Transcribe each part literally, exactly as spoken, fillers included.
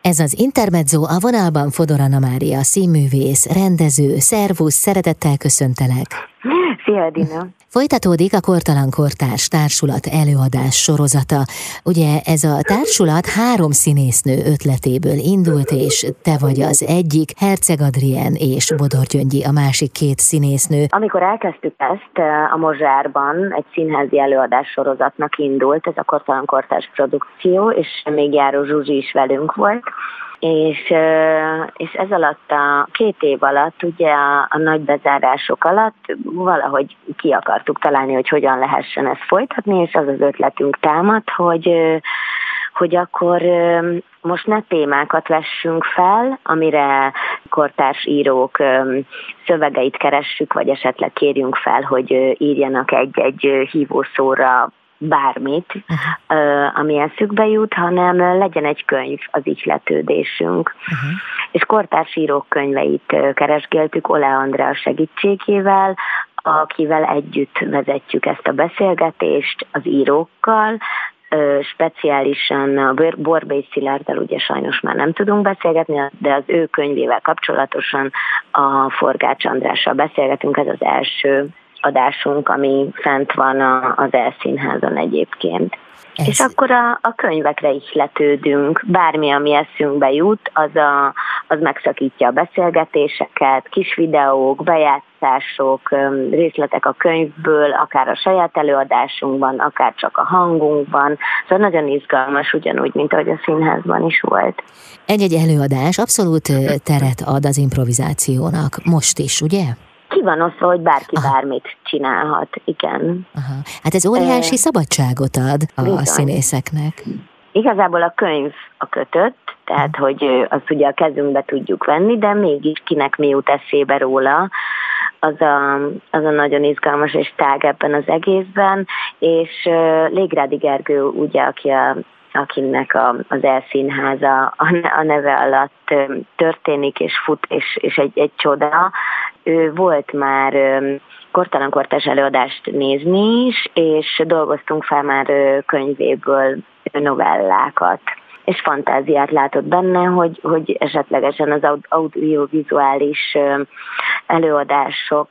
Ez az Intermezzo, a vonalban Fodor Anna Mária, színművész, rendező. Szervusz, szeretettel köszöntelek. Szia, Edina. Folytatódik a Kortalan Kortárs Társulat előadás sorozata. Ugye ez a társulat három színésznő ötletéből indult, és te vagy az egyik, Herceg Adrien és Bodor Gyöngyi a másik két színésznő. Amikor elkezdtük ezt, a Mozsárban egy színházi előadás sorozatnak indult, ez a Kortalan Kortárs produkció, és még Járó Zsuzsi is velünk volt. És, és ez alatt a két év alatt, ugye a, a nagy bezárások alatt valahogy ki akartuk találni, hogy hogyan lehessen ezt folytatni, és az az ötletünk támadt, hogy, hogy akkor most ne témákat vessünk fel, amire kortárs írók szövegeit keressük, vagy esetleg kérjünk fel, hogy írjanak egy-egy hívószóra bármit, uh-huh. ami eszükbe jut, hanem legyen egy könyv az ihletődésünk. Uh-huh. És kortárs írók könyveit keresgéltük Ole Andrea segítségével, akivel együtt vezetjük ezt a beszélgetést az írókkal, speciálisan a Borbély Szilárddal ugye sajnos már nem tudunk beszélgetni, de az ő könyvével kapcsolatosan a Forgács Andrással beszélgetünk, ez az első adásunk, ami fent van a, az Elszínházon egyébként. Ez... És akkor a, a könyvekre ihletődünk, bármi, ami eszünkbe jut, az, a, az megszakítja a beszélgetéseket, kis videók, bejátszások, részletek a könyvből, akár a saját előadásunkban, akár csak a hangunkban. Szóval nagyon izgalmas, ugyanúgy, mint ahogy a színházban is volt. Egy-egy előadás abszolút teret ad az improvizációnak, most is, ugye? Ki van osztva, hogy bárki Aha. bármit csinálhat, igen. Aha. Hát ez óriási e... szabadságot ad a Bizony. színészeknek. Igazából a könyv a kötött, tehát hmm. hogy azt ugye a kezünkbe tudjuk venni, de mégis kinek mi jut eszébe róla, az a, az a nagyon izgalmas és tág ebben az egészben, és uh, Légrádi Gergő, ugye, aki a akinek a, az Elszínháza a neve alatt történik és fut, és, és egy, egy csoda. Ő volt már kortalan kortárs előadást nézni is, és dolgoztunk fel már könyvéből novellákat. És fantáziát látott benne, hogy, hogy esetlegesen az audiovizuális előadások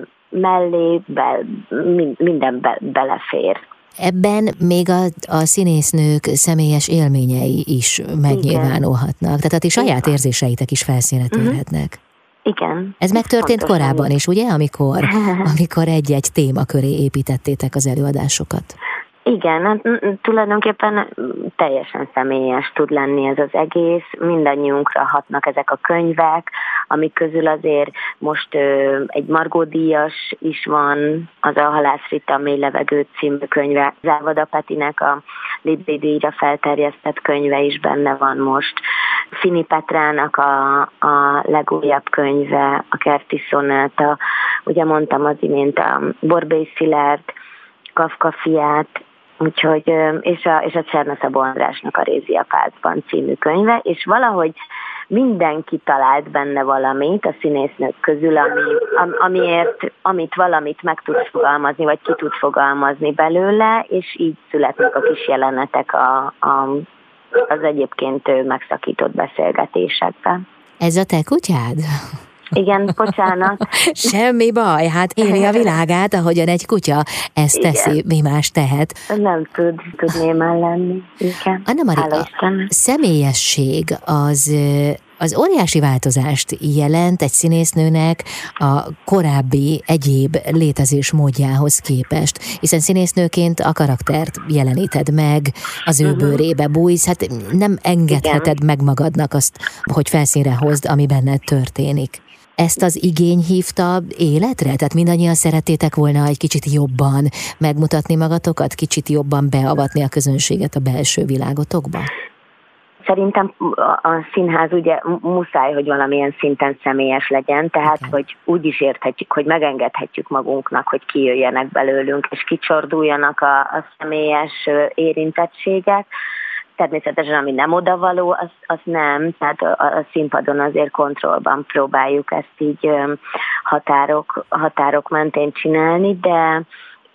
mellé be, minden be, belefér. Ebben még a, a színésznők személyes élményei is megnyilvánulhatnak. Tehát a ti saját Igen. érzéseitek is felszínre törhetnek. Igen. Ez megtörtént korábban is, ugye? Amikor, amikor egy-egy téma köré építettétek az előadásokat. Igen, hát tulajdonképpen teljesen személyes tud lenni ez az egész, mindannyiunkra hatnak ezek a könyvek, amik közül azért most ö, egy Margó díjas is van, az a Halász Rita Mély levegő című könyve, Závada Petinek a Libri díjra felterjesztett könyve is benne van most, Fini Petrának a, a legújabb könyve, a Kerti Szonáta, ugye mondtam az imént a Borbély Szilárd, Kafka fiát, úgyhogy, és a, és a Cserna Szabó Andrásnak a Rézi a Pálcban című könyve, és valahogy mindenki talált benne valamit a színésznők közül, ami, am, amiért, amit valamit meg tud fogalmazni, vagy ki tud fogalmazni belőle, és így születnek a kis jelenetek a, a, az egyébként megszakított beszélgetésekben. Ez a te kutyád? Igen, bocsánat. Semmi baj, hát éli a világát, ahogyan egy kutya ezt Igen. teszi, mi más tehet. Nem tud, tudném ellenni. Igen. Anna Maria, a személyesség az, az óriási változást jelent egy színésznőnek a korábbi egyéb létezés módjához képest, hiszen színésznőként a karaktert jeleníted meg, az ő uh-huh. bőrébe bújsz, hát nem engedheted Igen. meg magadnak azt, hogy felszínre hozd, ami benned történik. Ezt az igény hívta életre? Tehát mindannyian szerettétek volna egy kicsit jobban megmutatni magatokat, kicsit jobban beavatni a közönséget a belső világotokba? Szerintem a színház ugye muszáj, hogy valamilyen szinten személyes legyen, tehát okay. hogy úgy is érthetjük, hogy megengedhetjük magunknak, hogy kijöjjenek belőlünk, és kicsorduljanak a, a személyes érintettségek. Természetesen, ami nem odavaló, az, az nem, tehát a, a színpadon azért kontrollban próbáljuk ezt így határok, határok mentén csinálni, de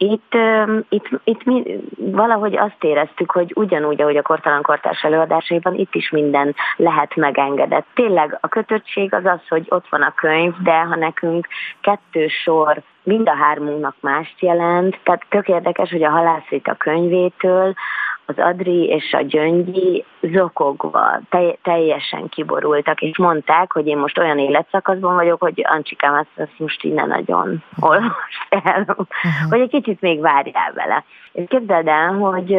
Itt, itt, itt mi valahogy azt éreztük, hogy ugyanúgy, ahogy a Kortalan Kortárs előadásaiban, itt is minden lehet megengedett. Tényleg a kötöttség az az, hogy ott van a könyv, de ha nekünk kettő sor mind a hármunknak mást jelent, tehát tök érdekes, hogy a Halász Rita könyvétől az Adri és a Gyöngyi zokogva, te- teljesen kiborultak, és mondták, hogy én most olyan életszakaszban vagyok, hogy Ancsikám, azt, azt most így ne nagyon olvasd el, uh-huh. hogy egy kicsit még várjál vele. És képzeld el, hogy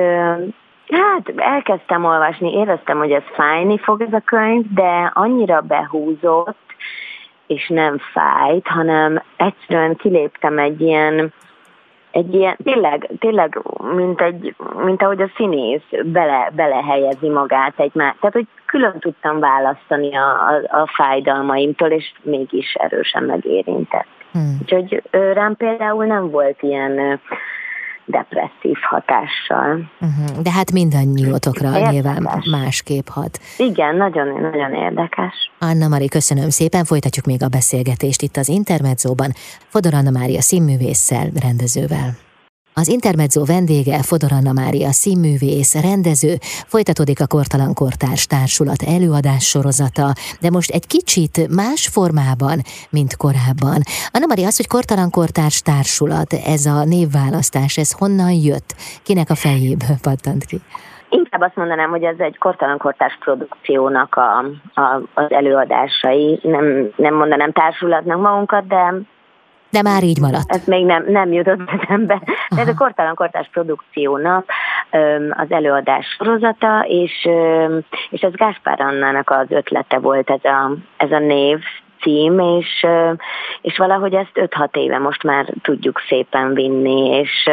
hát elkezdtem olvasni, éreztem, hogy ez fájni fog ez a könyv, de annyira behúzott, és nem fájt, hanem egyszerűen kiléptem egy ilyen Egy ilyen, tényleg, tényleg mint, egy, mint ahogy a színész bele, belehelyezi magát egy már. Tehát, hogy külön tudtam választani a, a, a fájdalmaimtól, és mégis erősen megérintett. Hmm. Úgyhogy rám például nem volt ilyen depresszív hatással. Uh-huh. De hát mindannyiótokra érdekes. Nyilván másképp hat. Igen, nagyon, nagyon érdekes. Anna-Mari, köszönöm szépen, folytatjuk még a beszélgetést itt az Intermedzóban Fodor Anna Mária színművésszel, rendezővel. Az Intermezzo vendége Fodor Anna Mária színművész, rendező, folytatódik a Kortalan Kortárs Társulat előadás sorozata, de most egy kicsit más formában, mint korábban. Anna Mária, az, hogy Kortalan Kortárs Társulat, ez a névválasztás, ez honnan jött? Kinek a fejéből pattant ki? Inkább azt mondanám, hogy ez egy Kortalan Kortárs produkciónak a, a, az előadásai. Nem, nem mondanám társulatnak magunkat, de De már így maradt. Ez még nem, nem jutott eszembe. De ez a Kortalan Kortárs produkciónak az előadás sorozata, és, és ez Gáspár Annának az ötlete volt ez a, ez a név, cím, és, és valahogy ezt öt-hat éve most már tudjuk szépen vinni, és,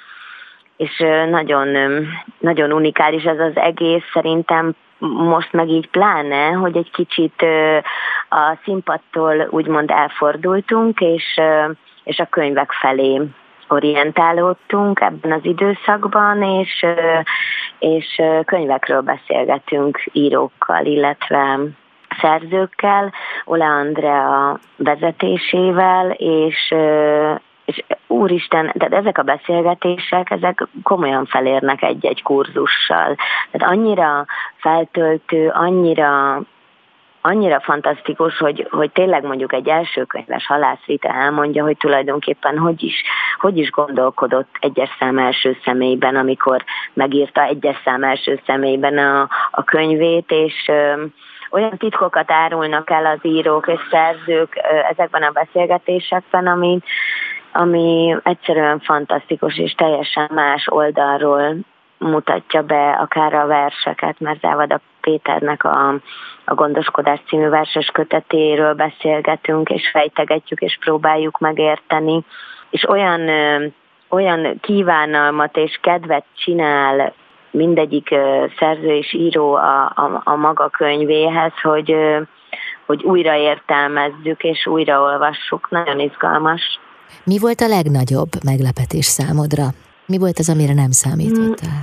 és nagyon, nagyon unikális ez az egész, szerintem most meg így pláne, hogy egy kicsit a színpadtól úgymond elfordultunk, és, és a könyvek felé orientálódtunk ebben az időszakban, és, és könyvekről beszélgetünk írókkal, illetve szerzőkkel, Ole Andrea vezetésével, és és úristen, tehát ezek a beszélgetések, ezek komolyan felérnek egy-egy kurzussal. Tehát annyira feltöltő, annyira, annyira fantasztikus, hogy, hogy tényleg mondjuk egy elsőkönyves Halász Rita elmondja, hogy tulajdonképpen hogy is, hogy is gondolkodott egyes szám első személyben, amikor megírta egyes szám első személyben a, a könyvét, és olyan titkokat árulnak el az írók és szerzők ezekben a beszélgetésekben, ami ami egyszerűen fantasztikus, és teljesen más oldalról mutatja be akár a verseket, mert Závada Péternek a, a Gondoskodás című verses kötetéről beszélgetünk, és fejtegetjük, és próbáljuk megérteni, és olyan, olyan kívánalmat és kedvet csinál mindegyik szerző és író a, a, a maga könyvéhez, hogy, hogy újra értelmezzük, és újra olvassuk. Nagyon izgalmas. Mi volt a legnagyobb meglepetés számodra? Mi volt az, amire nem számítottál?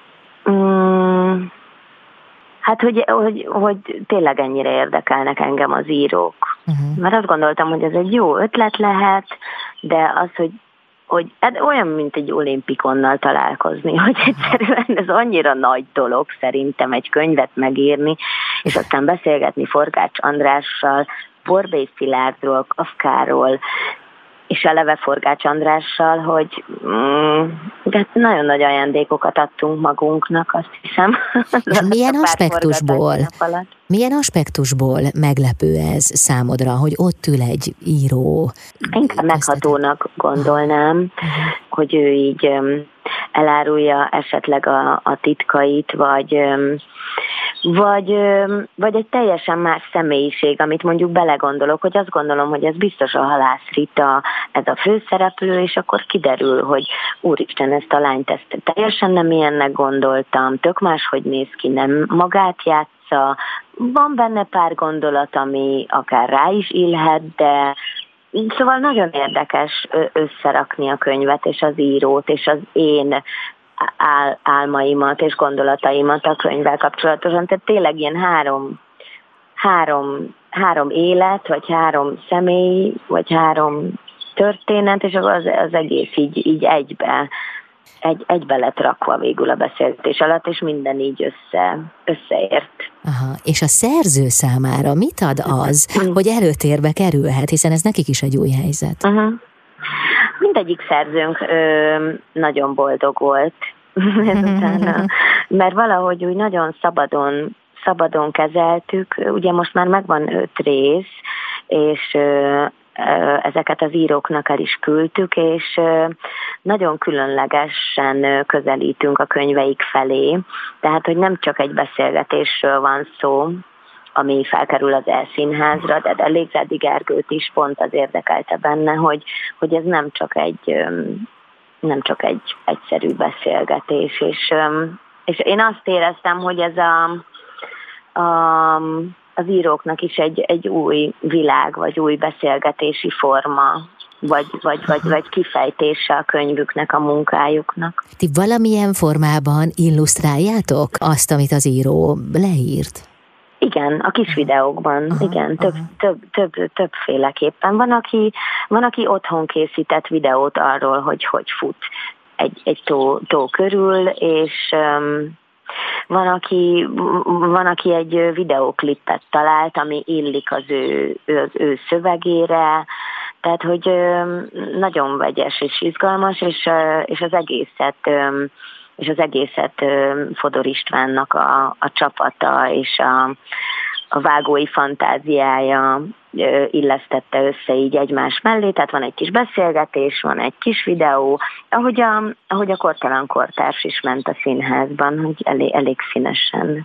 Mm, hát, hogy, hogy, hogy tényleg ennyire érdekelnek engem az írók. Uh-huh. Mert azt gondoltam, hogy ez egy jó ötlet lehet, de az, hogy, hogy hát olyan, mint egy olimpikonnal találkozni, hogy egyszerűen ez annyira nagy dolog szerintem egy könyvet megírni, és aztán beszélgetni Forgács Andrással, Borbély Szilárdról, Kafkáról, és eleve Forgács Andrással, hogy mm, de nagyon nagy ajándékokat adtunk magunknak, azt hiszem. És milyen aspektusból, milyen aspektusból meglepő ez számodra, hogy ott ül egy író? Inkább meghatónak gondolnám, uh-huh. hogy ő így um, elárulja esetleg a, a titkait, vagy... Um, Vagy, vagy egy teljesen más személyiség, amit mondjuk belegondolok, hogy azt gondolom, hogy ez biztos a Halász Rita, ez a főszereplő, és akkor kiderül, hogy úristen, ezt a lányt ezt teljesen nem ilyennek gondoltam, tök máshogy néz ki, nem magát játsza, van benne pár gondolat, ami akár rá is illhet, de szóval nagyon érdekes összerakni a könyvet, és az írót, és az én Ál, álmaimat és gondolataimat a könyvvel kapcsolatosan. Tehát tényleg ilyen három, három, három élet, vagy három személy, vagy három történet, és az, az egész így, így egybe, egy, egybe lett rakva végül a beszélgetés alatt, és minden így össze, összeért. Aha. És a szerző számára mit ad az, hogy előtérbe kerülhet, hiszen ez nekik is egy új helyzet? Uh-huh. Mindegyik szerzőnk ö, nagyon boldog volt ezután, mert valahogy úgy nagyon szabadon, szabadon kezeltük. Ugye most már megvan öt rész, és ö, ezeket az íróknak el is küldtük, és nagyon különlegesen közelítünk a könyveik felé. Tehát, hogy nem csak egy beszélgetésről van szó, ami felkerül az E-színházra, de, de Légzádi Gergőt is pont az érdekelte benne, hogy, hogy ez nem csak egy, nem csak egy egyszerű beszélgetés. És, és én azt éreztem, hogy ez a, a az íróknak is egy, egy új világ, vagy új beszélgetési forma, vagy, vagy, vagy, vagy kifejtése a könyvüknek, a munkájuknak. Ti valamilyen formában illusztráljátok azt, amit az író leírt? Igen, a kis videókban, aha, igen, több, több, több, többféleképpen. Van aki, van, aki otthon készített videót arról, hogy hogy fut egy, egy tó, tó körül, és um, Van aki, van, aki egy videóklipet talált, ami illik az ő, az ő szövegére, tehát, hogy nagyon vegyes és izgalmas, és, és az egészet, és az egészet Fodor Istvánnak a, a csapata és a, a vágói fantáziája illesztette össze így egymás mellé, tehát van egy kis beszélgetés, van egy kis videó, ahogy a, ahogy a Kortalan Kortárs is ment a színházban, hogy elég, elég színesen.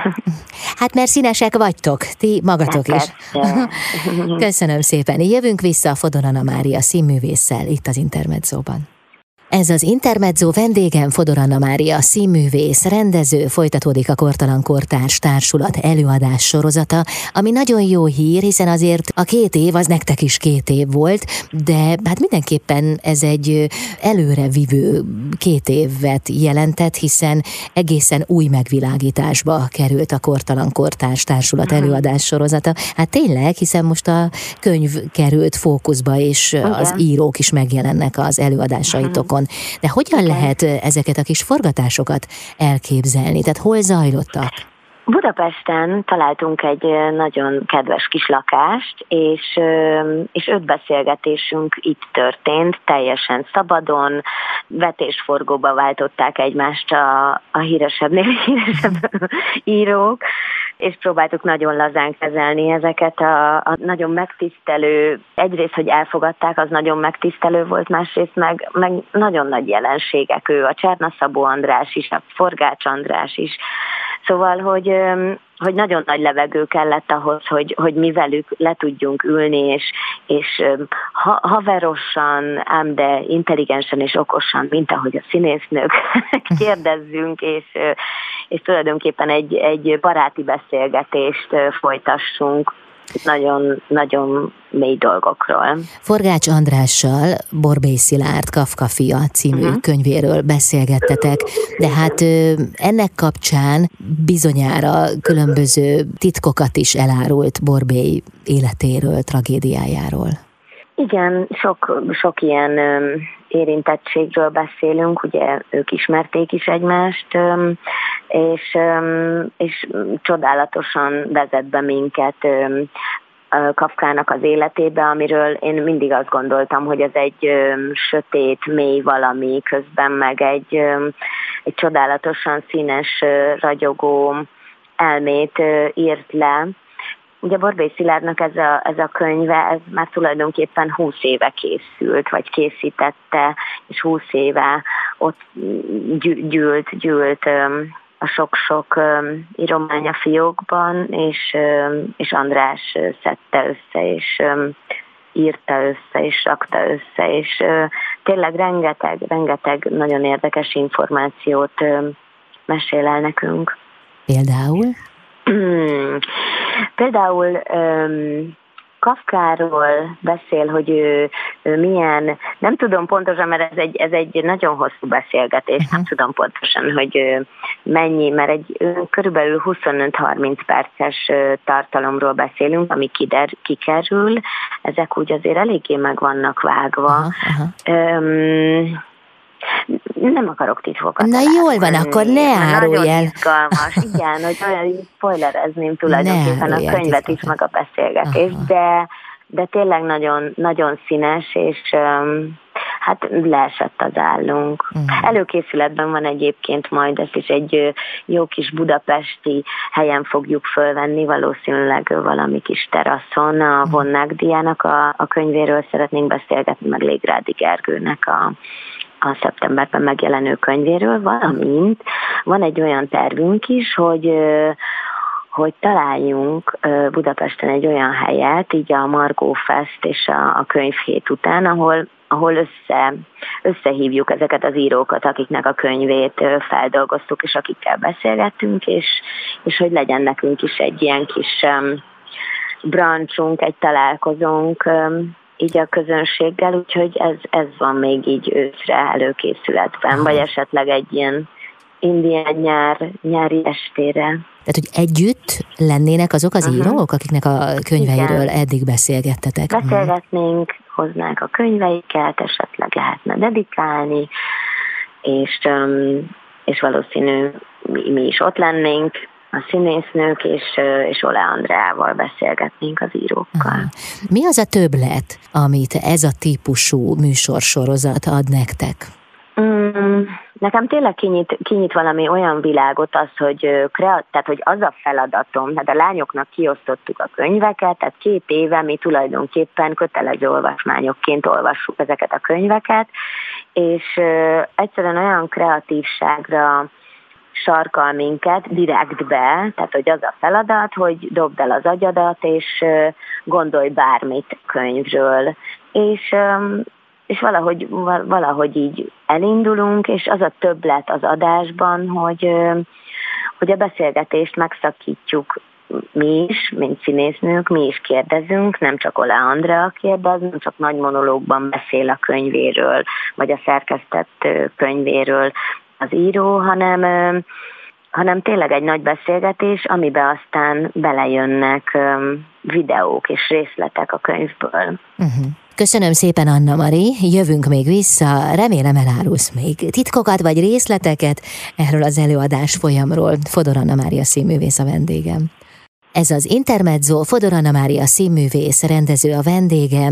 Hát mert színesek vagytok, ti magatok hát, is. Köszönöm szépen. Jövünk vissza a Fodor Anna Mária színművésszel itt az Intermedzóban. Ez az Intermezzo, vendégem Fodor Anna Mária színművész, rendező, folytatódik a Kortalan Kortárs Társulat előadás sorozata, ami nagyon jó hír, hiszen azért a két év az nektek is két év volt, de hát mindenképpen ez egy előrevívő két évet jelentett, hiszen egészen új megvilágításba került a Kortalan Kortárs Társulat előadás sorozata. Hát tényleg, hiszen most a könyv került fókuszba, és okay. az írók is megjelennek az előadásaitokon. De hogyan okay. lehet ezeket a kis forgatásokat elképzelni? Tehát hol zajlottak? Budapesten találtunk egy nagyon kedves kis lakást, és, és öt beszélgetésünk itt történt, teljesen szabadon, vetésforgóba váltották egymást a, a híresebbnél híresebb írók, és próbáltuk nagyon lazán kezelni ezeket a, a nagyon megtisztelő, egyrészt, hogy elfogadták, az nagyon megtisztelő volt, másrészt meg, meg nagyon nagy jelenségek ő, a Cserna Szabó András is, a Forgács András is. Szóval, hogy, hogy nagyon nagy levegő kellett ahhoz, hogy, hogy mi velük le tudjunk ülni, és, és ha, haverosan, ám de intelligensen és okosan, mint ahogy a színésznők kérdezzünk, és, és tulajdonképpen egy, egy baráti beszélgetést folytassunk nagyon-nagyon mély dolgokról. Forgács Andrással Borbély Szilárd Kafka fia című uh-huh. könyvéről beszélgettetek, de hát ennek kapcsán bizonyára különböző titkokat is elárult Borbély életéről, tragédiájáról. Igen, sok, sok ilyen érintettségről beszélünk, ugye ők ismerték is egymást, és, és csodálatosan vezet be minket Kafkának az életébe, amiről én mindig azt gondoltam, hogy ez egy sötét, mély valami, közben meg egy, egy csodálatosan színes, ragyogó elmét írt le. Ugye Borbély Szilárdnak ez a, ez a könyve, ez már tulajdonképpen húsz éve készült, vagy készítette, és húsz éve ott gyűlt, gyűlt a sok-sok íromány a fiókban, és, és András szedte össze, és írta össze, és rakta össze, és tényleg rengeteg, rengeteg nagyon érdekes információt mesél el nekünk. Például? Például um, Kafkáról beszél, hogy ő ő milyen, nem tudom pontosan, mert ez egy, ez egy nagyon hosszú beszélgetés, uh-huh. nem tudom pontosan, hogy mennyi, mert egy körülbelül huszonöt-harminc perces tartalomról beszélünk, ami kider, kikerül, ezek úgy azért eléggé meg vannak vágva. Uh-huh. Um, Nem akarok titkokat. Na jól van, akkor ne árulj el. Nagyon izgalmas, igen, hogy olyan spoilerezném tulajdonképpen a könyvet is, meg a beszélgetést, de, de tényleg nagyon, nagyon színes, és um, hát leesett az állunk. Uh-huh. Előkészületben van egyébként majd, ezt is egy jó kis budapesti helyen fogjuk fölvenni, valószínűleg valami kis teraszon, a Vonnák Díjának a, a könyvéről szeretnénk beszélgetni, meg Légrádi Gergőnek a a szeptemberben megjelenő könyvéről, valamint van egy olyan tervünk is, hogy, hogy találjunk Budapesten egy olyan helyet, így a Margó Fest és a, a könyvhét után, ahol, ahol össze, összehívjuk ezeket az írókat, akiknek a könyvét feldolgoztuk, és akikkel beszélgettünk, és, és hogy legyen nekünk is egy ilyen kis branchunk, egy találkozónk, így a közönséggel, úgyhogy ez, ez van még így őszre előkészületben, vagy esetleg egy ilyen indián nyár, nyári estére. Tehát, hogy együtt lennének azok az uh-huh. írók, akiknek a könyveiről igen. eddig beszélgettetek? Beszélgetnénk, hoznák a könyveiket, esetleg lehetne dedikálni, és, és valószínű mi, mi is ott lennénk, a színésznők, és, és Ole Andreával beszélgetnénk az írókkal. Aha. Mi az a többlet, amit ez a típusú műsorsorozat ad nektek? Mm, nekem tényleg kinyit, kinyit valami olyan világot az, hogy, kreat, tehát, hogy az a feladatom, hát a lányoknak kiosztottuk a könyveket, tehát két éve mi tulajdonképpen kötelező olvasmányokként olvassuk ezeket a könyveket, és uh, egyszerűen olyan kreatívságra sarkal minket direktbe, tehát hogy az a feladat, hogy dobd el az agyadat, és gondolj bármit könyvről. És, és valahogy, valahogy így elindulunk, és az a többlet az adásban, hogy, hogy a beszélgetést megszakítjuk mi is, mint színésznők, mi is kérdezünk, nem csak Ole Andrea kérdez, nem csak nagy monológban beszél a könyvéről, vagy a szerkesztett könyvéről az író, hanem, hanem tényleg egy nagy beszélgetés, amiben aztán belejönnek videók és részletek a könyvből. Uh-huh. Köszönöm szépen, Anna-Mari, jövünk még vissza, remélem elárulsz még titkokat vagy részleteket erről az előadás folyamról. Fodor Anna Mária színművész a vendégem. Ez az Intermezzo, Fodor Anna Mária színművész, rendező a vendégem,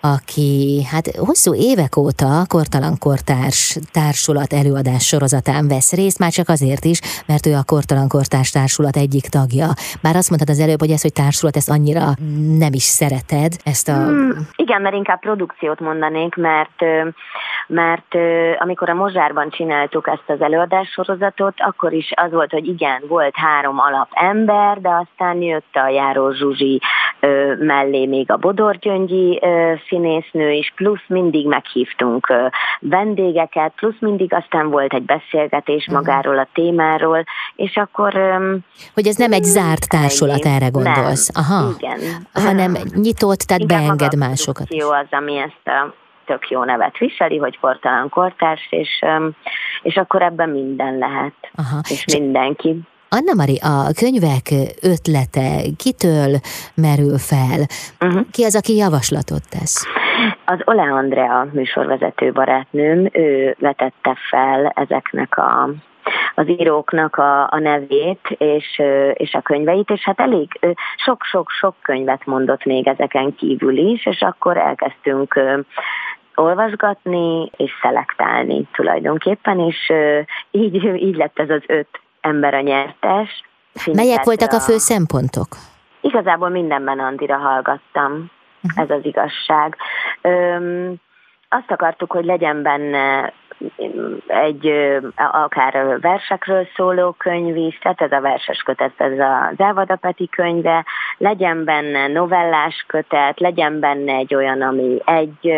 aki hát hosszú évek óta Kortalan Kortárs Társulat előadás sorozatán vesz részt, már csak azért is, mert ő a Kortalan Kortárs Társulat egyik tagja. Bár azt mondtad az előbb, hogy ez, hogy társulat, ezt annyira nem is szereted, ezt a... Hmm, igen, mert inkább produkciót mondanék, mert, mert amikor a Mozsárban csináltuk ezt az előadás sorozatot, akkor is az volt, hogy igen, volt három alapember, de aztán jött a Járó Zsuzsi ö, mellé még a Bodor Gyöngyi ö, színésznő is, plusz mindig meghívtunk ö, vendégeket, plusz mindig aztán volt egy beszélgetés uh-huh. magáról a témáról, és akkor... Ö, hogy ez nem egy zárt társulat, erre gondolsz. Nem, Aha. igen. Hanem nyitott, tehát igen, beenged másokat. Jó az, ami ezt a tök jó nevet viseli, hogy Kortalan Kortárs, és, és akkor ebben minden lehet, aha. és mindenki. Anna-Mari, a könyvek ötlete kitől merül fel? Uh-huh. Ki az, aki javaslatot tesz? Az Ole Andrea műsorvezető barátnőm, ő vetette fel ezeknek a az íróknak a, a nevét és, és a könyveit, és hát elég sok-sok-sok könyvet mondott még ezeken kívül is, és akkor elkezdtünk olvasgatni és szelektálni tulajdonképpen, és így, így lett ez az öt ember a nyertes. Melyek voltak a fő szempontok? Igazából mindenben Andira hallgattam, uh-huh. ez az igazság. Öm, azt akartuk, hogy legyen benne egy akár versekről szóló könyv is, tehát ez a verses kötet, ez az Elvada Peti könyve, legyen benne novellás kötet, legyen benne egy olyan, ami egy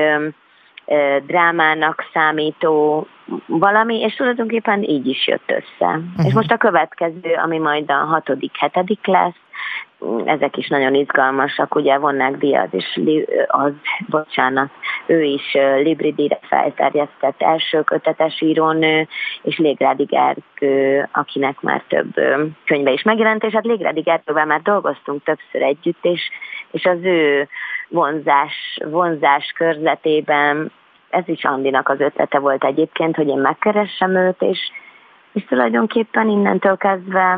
drámának számító valami, és tulajdonképpen így is jött össze. Uh-huh. És most a következő, ami majd a hatodik, hetedik lesz, ezek is nagyon izgalmasak, ugye Vonnák Díaz is, az, bocsánat, ő is Libri-díjra felterjesztett első kötetes írónő, és Légrádi Gergő, akinek már több könyve is megjelent, és hát Légrádi Gergővel már dolgoztunk többször együtt, és, és az ő vonzás, vonzás körzetében, ez is Andinak az ötlete volt egyébként, hogy én megkeressem őt, és, és tulajdonképpen innentől kezdve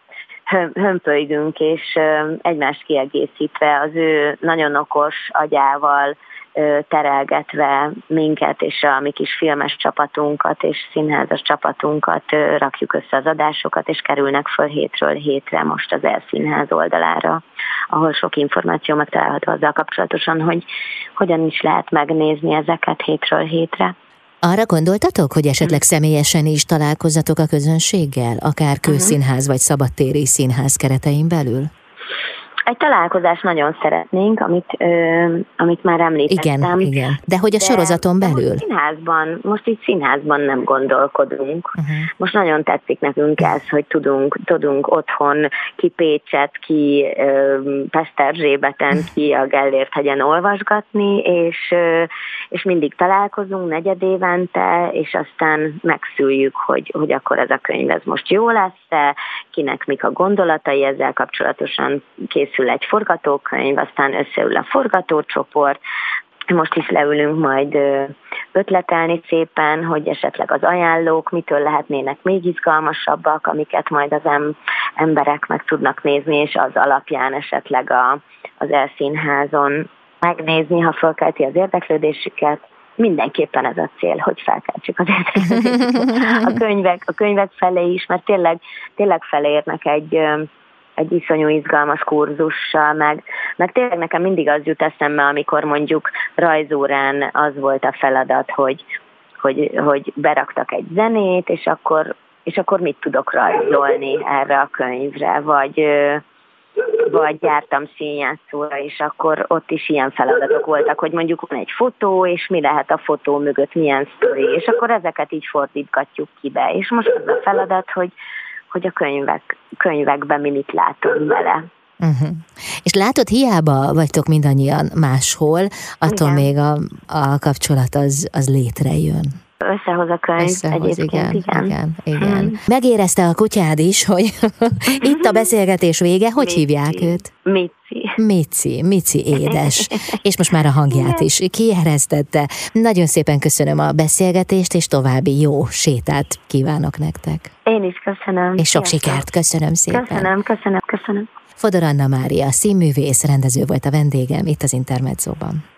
hömpölygünk, és egymást kiegészítve az ő nagyon okos agyával terelgetve minket és a mi kis filmes csapatunkat és színházas csapatunkat rakjuk össze az adásokat, és kerülnek föl hétről hétre most az E-színház oldalára, ahol sok információ megtalálható azzal kapcsolatosan, hogy hogyan is lehet megnézni ezeket hétről hétre. Arra gondoltatok, hogy esetleg személyesen is találkozzatok a közönséggel, akár kőszínház vagy szabadtéri színház keretein belül? Egy találkozást nagyon szeretnénk, amit, ö, amit már említettem. Igen, igen. De hogy a de, sorozaton belül? De most színházban, most így színházban nem gondolkodunk. Uh-huh. Most nagyon tetszik nekünk ez, hogy tudunk, tudunk otthon ki Pécset, ki ö, Peszterzsébeten, ki a Gellért-hegyen olvasgatni, és, ö, és mindig találkozunk negyedévente, és aztán megszüljük, hogy, hogy akkor ez a könyv ez most jó lesz-e, kinek mik a gondolatai ezzel kapcsolatosan, készül egy forgatókönyv, aztán összeül a forgatócsoport, most is leülünk majd ötletelni szépen, hogy esetleg az ajánlók mitől lehetnének még izgalmasabbak, amiket majd az emberek meg tudnak nézni, és az alapján esetleg a, az E-színházon megnézni, ha felkelti az érdeklődésüket. Mindenképpen ez a cél, hogy felkeltsük az érdeklődésüket. A könyvek, a könyvek felé is, mert tényleg, tényleg felérnek egy... egy iszonyú izgalmas kurzussal, meg, meg tényleg nekem mindig az jut eszembe, amikor mondjuk rajzórán az volt a feladat, hogy, hogy, hogy beraktak egy zenét, és akkor, és akkor mit tudok rajzolni erre a könyvre, vagy, vagy jártam színjátszóra, és akkor ott is ilyen feladatok voltak, hogy mondjuk van egy fotó, és mi lehet a fotó mögött, milyen sztori, és akkor ezeket így fordítgatjuk ki be. És most az a feladat, hogy hogy a könyvek, könyvekben mi mit látunk bele. Uh-huh. És látod, hiába vagytok mindannyian máshol, attól igen. még a, a kapcsolat az, az létrejön. Összehoz a könyv Összehoz, egyébként, igen. igen, igen, igen. Hmm. Megérezte a kutyád is, hogy itt a beszélgetés vége, hogy Mici. Hívják őt? Mici. Mici, Mici édes. És most már a hangját is kieresztette. Nagyon szépen köszönöm a beszélgetést, és további jó sétát kívánok nektek. Én is köszönöm. És sok Sziasztok. Sikert, köszönöm szépen. Köszönöm, köszönöm, köszönöm. Fodor Anna Mária, színművész, rendező volt a vendégem itt az Intermedzóban.